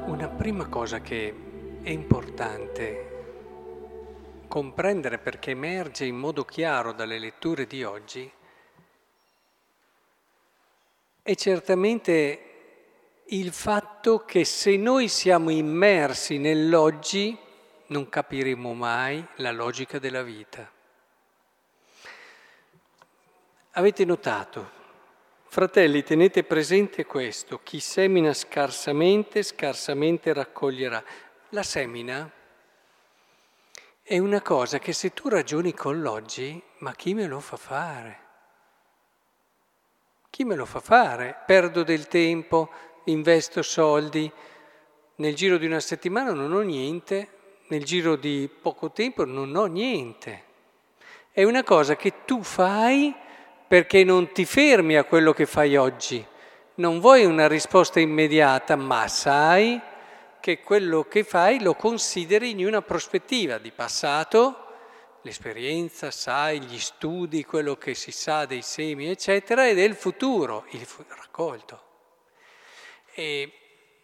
Una prima cosa che è importante comprendere, perché emerge in modo chiaro dalle letture di oggi, è certamente il fatto che se noi siamo immersi nell'oggi non capiremo mai la logica della vita. Avete notato? Fratelli, tenete presente questo: chi semina scarsamente, scarsamente raccoglierà. La semina è una cosa che se tu ragioni con l'oggi, ma chi me lo fa fare? Chi me lo fa fare? Perdo del tempo, investo soldi, nel giro di una settimana non ho niente, nel giro di poco tempo non ho niente. È una cosa che tu fai perché non ti fermi a quello che fai oggi. Non vuoi una risposta immediata, ma sai che quello che fai lo consideri in una prospettiva di passato, l'esperienza, sai, gli studi, quello che si sa dei semi, eccetera, e del futuro, il raccolto. E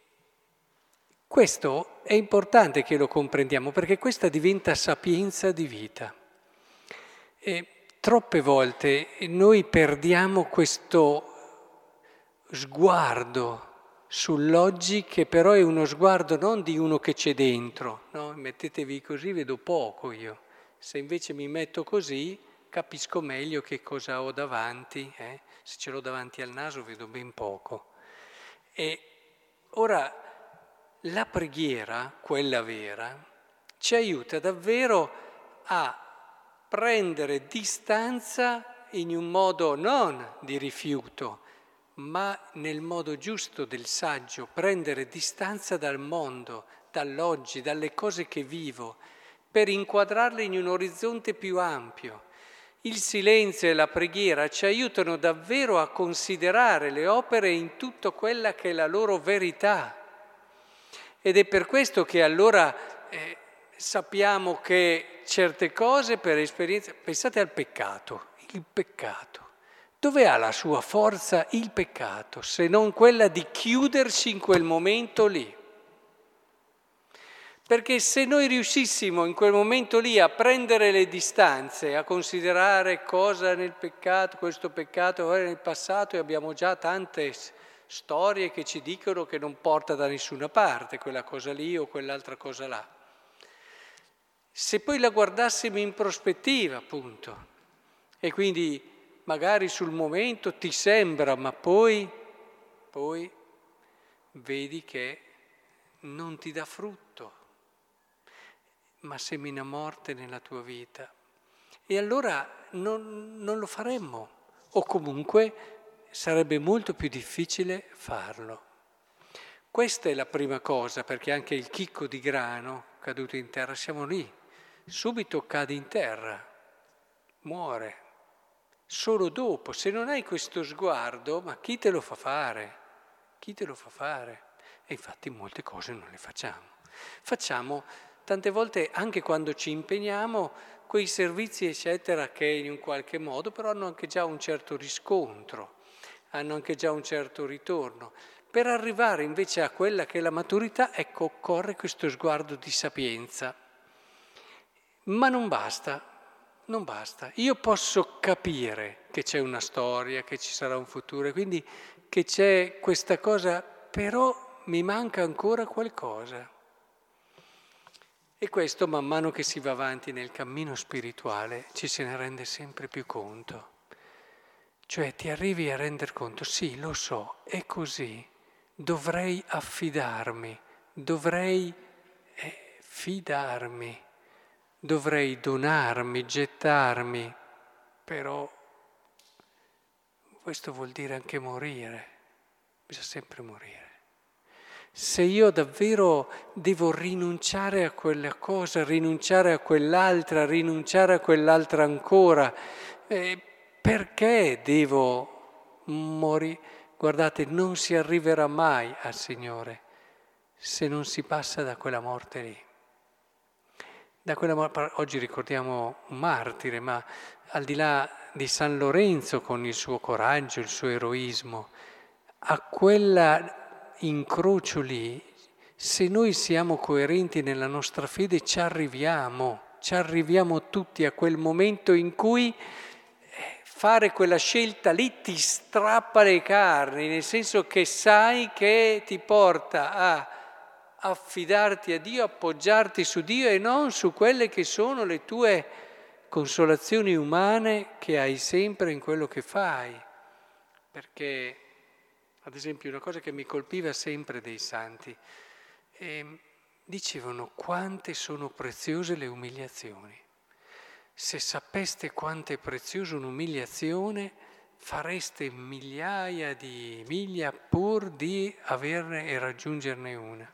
questo è importante che lo comprendiamo, perché questa diventa sapienza di vita. E troppe volte noi perdiamo questo sguardo sull'oggi, che però è uno sguardo non di uno che c'è dentro, no? Mettetevi così, vedo poco io. Se invece mi metto così, capisco meglio che cosa ho davanti. Se ce l'ho davanti al naso vedo ben poco. E ora la preghiera, quella vera, ci aiuta davvero a prendere distanza in un modo non di rifiuto, ma nel modo giusto del saggio, prendere distanza dal mondo, dall'oggi, dalle cose che vivo, per inquadrarle in un orizzonte più ampio. Il silenzio e la preghiera ci aiutano davvero a considerare le opere in tutto quella che è la loro verità. Ed è per questo che allora sappiamo che certe cose per esperienza... Pensate al peccato, il peccato. Dove ha la sua forza il peccato, se non quella di chiudersi in quel momento lì? Perché se noi riuscissimo in quel momento lì a prendere le distanze, a considerare cosa nel peccato, questo peccato è nel passato, e abbiamo già tante storie che ci dicono che non porta da nessuna parte quella cosa lì o quell'altra cosa là. Se poi la guardassimo in prospettiva, appunto, e quindi magari sul momento ti sembra, ma poi vedi che non ti dà frutto, ma semina morte nella tua vita. E allora non lo faremmo, o comunque sarebbe molto più difficile farlo. Questa è la prima cosa, perché anche il chicco di grano caduto in terra, siamo lì, subito cade in terra, muore. Solo dopo, se non hai questo sguardo, ma chi te lo fa fare? Chi te lo fa fare? E infatti molte cose non le facciamo. Facciamo tante volte, anche quando ci impegniamo, quei servizi eccetera che in un qualche modo però hanno anche già un certo riscontro, hanno anche già un certo ritorno. Per arrivare invece a quella che è la maturità, ecco, occorre questo sguardo di sapienza. Ma non basta. Non basta. Io posso capire che c'è una storia, che ci sarà un futuro, quindi che c'è questa cosa, però mi manca ancora qualcosa. E questo, man mano che si va avanti nel cammino spirituale, ci se ne rende sempre più conto. Cioè ti arrivi a render conto, sì, lo so, è così, dovrei affidarmi, dovrei fidarmi. Dovrei donarmi, gettarmi, però questo vuol dire anche morire, bisogna sempre morire. Se io davvero devo rinunciare a quella cosa, rinunciare a quell'altra, rinunciare a quell'altra ancora, perché devo morire? Guardate, non si arriverà mai al Signore se non si passa da quella morte lì. Oggi ricordiamo un martire, ma al di là di San Lorenzo con il suo coraggio, il suo eroismo, a quell'incrocio lì se noi siamo coerenti nella nostra fede ci arriviamo tutti a quel momento in cui fare quella scelta lì ti strappa le carni, nel senso che sai che ti porta a affidarti a Dio, appoggiarti su Dio e non su quelle che sono le tue consolazioni umane che hai sempre in quello che fai. Perché, ad esempio, una cosa che mi colpiva sempre dei santi, dicevano quante sono preziose le umiliazioni. Se sapeste quanto è preziosa un'umiliazione, fareste migliaia di miglia pur di averne e raggiungerne una.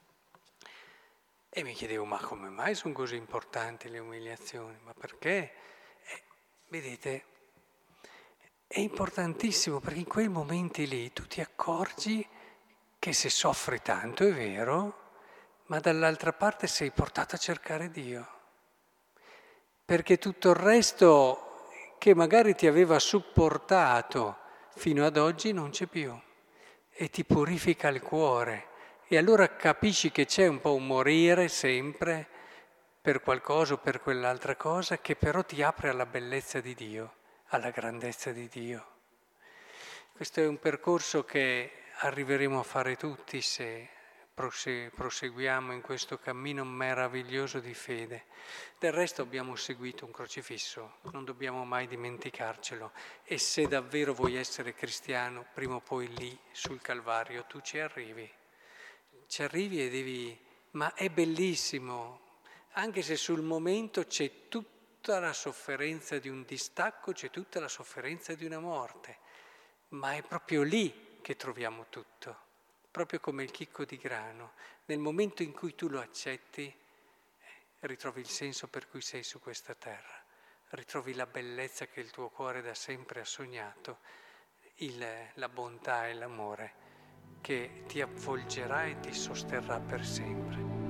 E mi chiedevo, ma come mai sono così importanti le umiliazioni? Ma perché? Vedete, è importantissimo perché in quei momenti lì tu ti accorgi che se soffri tanto, è vero, ma dall'altra parte sei portato a cercare Dio. Perché tutto il resto che magari ti aveva supportato fino ad oggi non c'è più e ti purifica il cuore. E allora capisci che c'è un po' un morire sempre per qualcosa o per quell'altra cosa che però ti apre alla bellezza di Dio, alla grandezza di Dio. Questo è un percorso che arriveremo a fare tutti se proseguiamo in questo cammino meraviglioso di fede. Del resto abbiamo seguito un crocifisso, non dobbiamo mai dimenticarcelo. E se davvero vuoi essere cristiano, prima o poi lì sul Calvario tu ci arrivi. Ci arrivi e devi... Ma è bellissimo, anche se sul momento c'è tutta la sofferenza di un distacco, c'è tutta la sofferenza di una morte, ma è proprio lì che troviamo tutto. Proprio come il chicco di grano, nel momento in cui tu lo accetti, ritrovi il senso per cui sei su questa terra, ritrovi la bellezza che il tuo cuore da sempre ha sognato, la bontà e l'amore che ti avvolgerà e ti sosterrà per sempre.